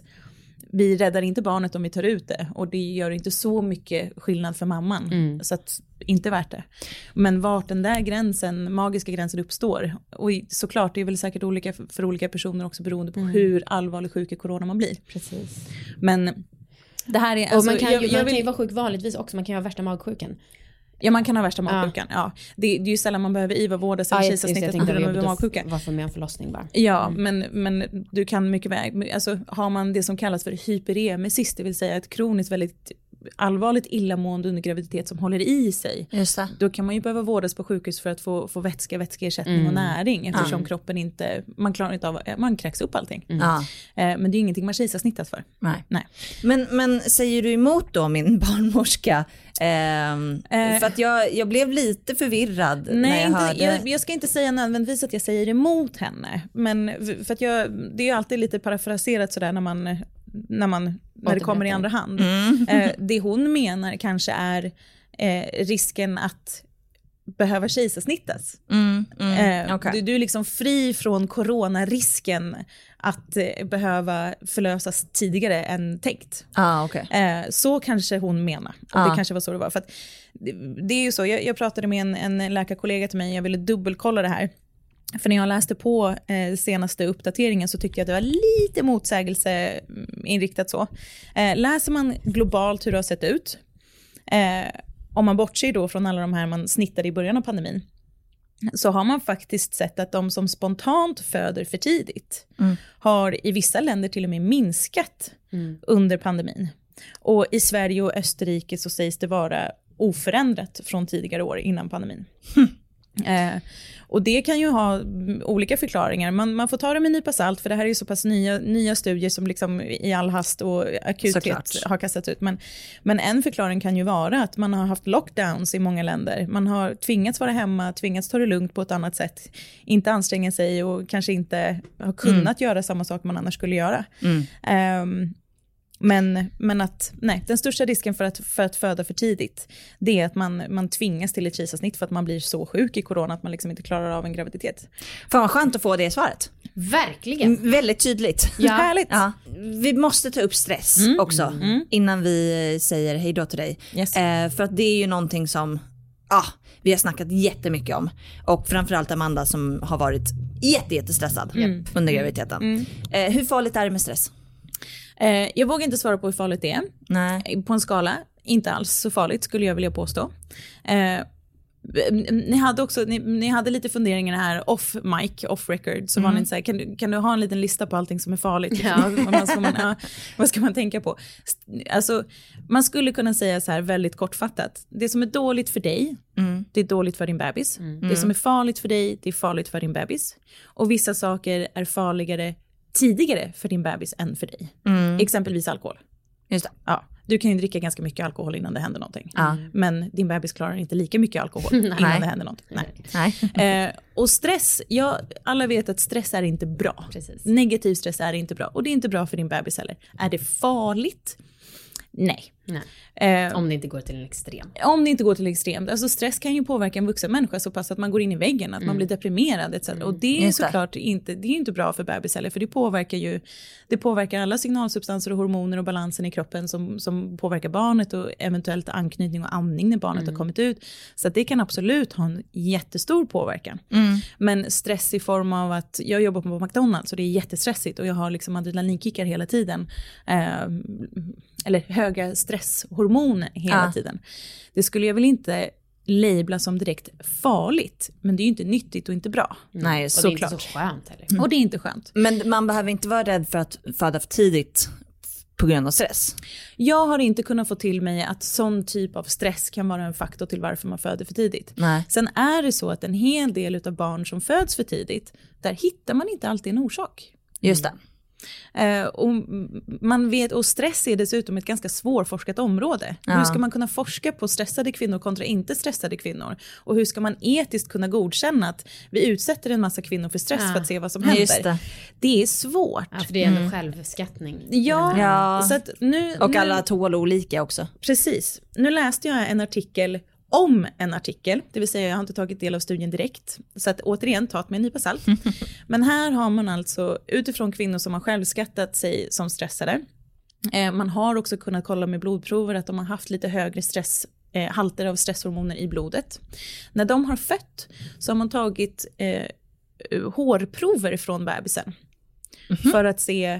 vi räddar inte barnet om vi tar ut det och det gör inte så mycket skillnad för mamman. Mm. Så att inte värt det. Men vart den där gränsen, magiska gränsen uppstår, och såklart det är väl säkert olika för, för olika personer också beroende på Mm. hur allvarlig sjuk i corona man blir. Precis. Men det här är, Och alltså, man kan, jag, ju, jag man vill, kan ju vara sjuk vanligtvis också, man kan ju ha värsta magsjukan. ja, man kan ha värsta magsjukan. Ja. Det, det är ju sällan man behöver I V A-vårdas eller Ja, just det, jag kejsarsnittet på tänkte grund att av det magsjuka. varför med en förlossning bara. Ja, men, men du kan mycket väl, alltså har man det som kallas för hyperemesis, det vill säga ett kroniskt väldigt allvarligt illamående under graviditet som håller i sig, Just det. då kan man ju behöva vårdas på sjukhus för att få, få vätska, vätskeersättning Mm. och näring eftersom Mm. kroppen inte, man klarar inte av, man kräks upp allting. Mm. Ja. Eh, men det är ingenting man kejsarsnittas för. Nej. Nej. Men, men säger du emot då min barnmorska? Ehm, Eh. för att jag, jag blev lite förvirrad när Nej, jag inte, hörde. jag, jag ska inte säga nödvändigtvis att jag säger emot henne, men för att jag, det är ju alltid lite parafraserat sådär när man, när man när det kommer i andra hand. Mm. Eh, det hon menar kanske är eh, risken att behöva kejsarsnittas. Mm, mm, Eh, okej. du, du är liksom fri från coronarisken att eh, behöva förlösas tidigare än tänkt. Ah, okej. Eh, så kanske hon menar. Och Ja. det kanske var så det var. För att det, det är ju så, jag, jag pratade med en, en läkarkollega till mig, jag ville dubbelkolla det här. För när jag läste på eh, senaste uppdateringen så tyckte jag att det var lite motsägelseinriktat så. Eh, läser man globalt hur det har sett ut, eh, om man bortser då från alla de här man snittade i början av pandemin, så har man faktiskt sett att de som spontant föder för tidigt Mm. har i vissa länder till och med minskat Mm. under pandemin. Och i Sverige och Österrike så sägs det vara oförändrat från tidigare år innan pandemin. Eh, och det kan ju ha mm, olika förklaringar. Man, man får ta det med en nypa salt, för det här är ju så pass nya, nya studier som liksom i all hast och akuthet Såklart. har kastats ut. Men, men en förklaring kan ju vara att man har haft lockdowns i många länder. Man har tvingats vara hemma, tvingats ta det lugnt på ett annat sätt. Inte anstränga sig och kanske inte har kunnat göra samma sak man annars skulle göra. Mm. Ehm, Men, men att nej, den största risken för att, för att föda för tidigt, det är att man, man tvingas till ett kejsarsnitt för att man blir så sjuk i corona att man liksom inte klarar av en graviditet. Fan vad skönt att få det svaret. Verkligen. Mm, väldigt tydligt. Ja. Härligt. Ja. Vi måste ta upp stress Mm. också Mm. innan vi säger hej då till dig. Yes. Eh, för att det är ju någonting som ah, vi har snackat jättemycket om. Och framförallt Amanda som har varit jätte, jättestressad Mm. under graviditeten. Mm. Eh, hur farligt är det med stress? Eh, jag vågar inte svara på hur farligt det är. Nej. På en skala, inte alls så farligt skulle jag vilja påstå. Eh, ni hade också ni, ni hade lite funderingar här off mic, off record, så Mm. var ni så här, kan du, kan du ha en liten lista på allting som är farligt? Ja. vad, ska man, ja, vad ska man tänka på? Alltså, man skulle kunna säga så här väldigt kortfattat. Det som är dåligt för dig, Mm. det är dåligt för din bebis. Mm. Det som är farligt för dig, det är farligt för din bebis. Och vissa saker är farligare tidigare för din bebis än för dig. Mm. Exempelvis alkohol. Just det. Ja, du kan ju dricka ganska mycket alkohol innan det händer någonting. Ja. Men din bebis klarar inte lika mycket alkohol innan Nej. det händer någonting. Nej. Nej. Eh, och stress, ja, alla vet att stress är inte bra. Precis. Negativ stress är inte bra. Och det är inte bra för din bebis heller. Är det farligt? Nej. Nej. Eh, Om det inte går till en extrem. Om det inte går till extremt. Alltså stress kan ju påverka en vuxen människa så pass att man går in i väggen, att mm. man blir deprimerad et cetera. Mm. Och det är Just såklart det. inte, det är inte bra för bebis heller, för det påverkar ju det påverkar alla signalsubstanser och hormoner och balansen i kroppen som, som påverkar barnet och eventuellt anknytning och amning när barnet mm. har kommit ut. Så att det kan absolut ha en jättestor påverkan. Mm. Men stress i form av att jag jobbar på McDonald's och det är jättestressigt och jag har liksom adrenalinkickar hela tiden. Eh, eller höga stresshormoner hela ja. tiden. Det skulle jag väl inte labla som direkt farligt, men det är ju inte nyttigt och inte bra. Nej, och såklart. Det är inte så skönt heller. Mm. Och det är inte skönt. Men man behöver inte vara rädd för att föda för tidigt på grund av stress. Jag har inte kunnat få till mig att sån typ av stress kan vara en faktor till varför man föder för tidigt. Nej. Sen är det så att en hel del av barn som föds för tidigt, där hittar man inte alltid en orsak. Just det. Uh, och man vet, och stress är dessutom ett ganska svårforskat område. Ja. Hur ska man kunna forska på stressade kvinnor kontra inte stressade kvinnor? Och hur ska man etiskt kunna godkänna att vi utsätter en massa kvinnor för stress ja. för att se vad som händer? Just det. Det är svårt. Ja, för det är ändå mm. självskattning. Ja, ja. Så att nu, och nu, alla tål olika också. Precis. Nu läste jag en artikel om en artikel, det vill säga jag har inte tagit del av studien direkt, så att återigen ta med en nypa salt. Men här har man alltså utifrån kvinnor som har självskattat sig som stressade. Eh, man har också kunnat kolla med blodprover att de har haft lite högre stress, eh, halter av stresshormoner i blodet. När de har fött så har man tagit eh, hårprover från bebisen mm-hmm. för att se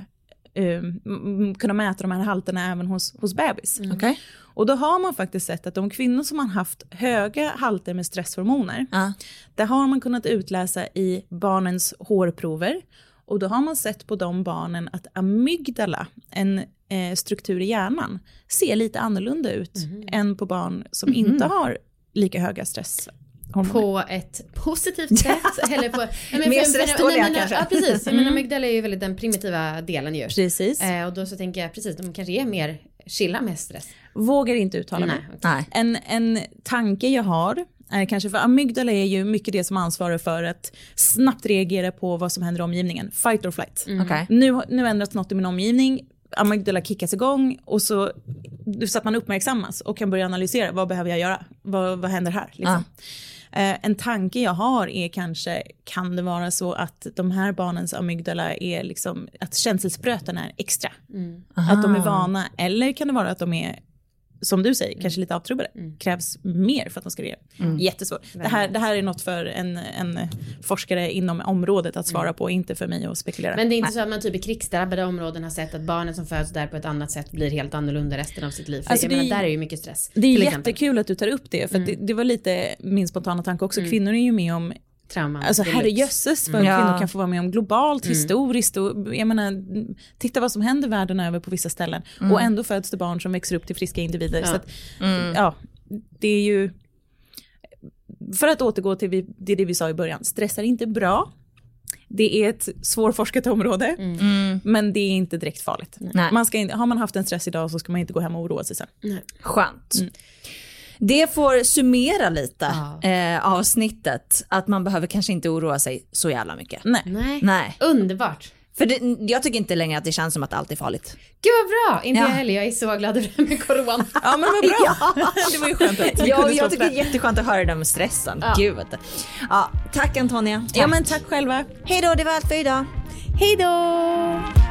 Uh, kunna mäta de här halterna även hos, hos bebis. Mm. Okay. Och då har man faktiskt sett att de kvinnor som har haft höga halter med stresshormoner, uh. där har man kunnat utläsa i barnens hårprover. Och då har man sett på de barnen att amygdala, en eh, struktur i hjärnan, ser lite annorlunda ut mm. än på barn som mm. inte har lika höga stress. På ett positivt sätt. eller på, men, mer stressdåliga kanske. Ja, precis. Mm. Men amygdala är ju väldigt den primitiva delen ju. Precis. Eh, och då så tänker jag, precis, de kanske är mer chilla med stress. Vågar inte uttala mig. Nej, okay. en, en tanke jag har är kanske, för amygdala är ju mycket det som ansvarar för att snabbt reagera på vad som händer i omgivningen. Fight or flight. Mm. Okay. Nu, nu ändras något i min omgivning. Amygdala kickas igång och så, så att man uppmärksammas och kan börja analysera. Vad behöver jag göra? Vad, vad händer här? Liksom. Ah. En tanke jag har är kanske, kan det vara så att de här barnens amygdala är liksom, att känselspröten är extra. Mm. Att de är vana, eller kan det vara att de är, som du säger, mm. kanske lite avtrubbade. Mm. Krävs mer för att de ska reagera. Mm. Jättesvårt. Det här, det här är något för en, en forskare inom området att svara mm. på, inte för mig att spekulera. Men det är inte Nej. så att man typ i krigsdrabbade områden har sett att barnen som föds där på ett annat sätt blir helt annorlunda resten av sitt liv. För alltså jag det, menar, där är ju mycket stress. Det är jättekul att du tar upp det, för mm. det, det var lite min spontana tanke också. Mm. Kvinnor är ju med om trauman. Alltså herrejösses vad mm. kvinnor kan få vara med om globalt, mm. historiskt och jag menar, titta vad som händer världen över på vissa ställen mm. och ändå föds det barn som växer upp till friska individer. Ja. Så att, mm. ja, det är ju, för att återgå till vi, det, det vi sa i början, stress är inte bra. Det är ett svårforskat område, mm. men det är inte direkt farligt. Man ska inte, har man haft en stress idag så ska man inte gå hem och oroa sig sen. Nej. Skönt. Mm. Det får summera lite ja. eh, avsnittet. Att man behöver kanske inte oroa sig så jävla mycket. Nej. Nej. Nej. Underbart. För det, jag tycker inte längre att det känns som att allt är farligt. Gud vad bra. Inte ja. jag heller. Jag är så glad över det med corona. Ja, men vad bra. Ja. Det var ju skönt att ja, jag tycker det är jätteskönt att höra det med stressen. Ja. Gud. Ja, tack Antonia. Tack. Ja, men tack själva. Hej då, det var allt för idag. Hej då.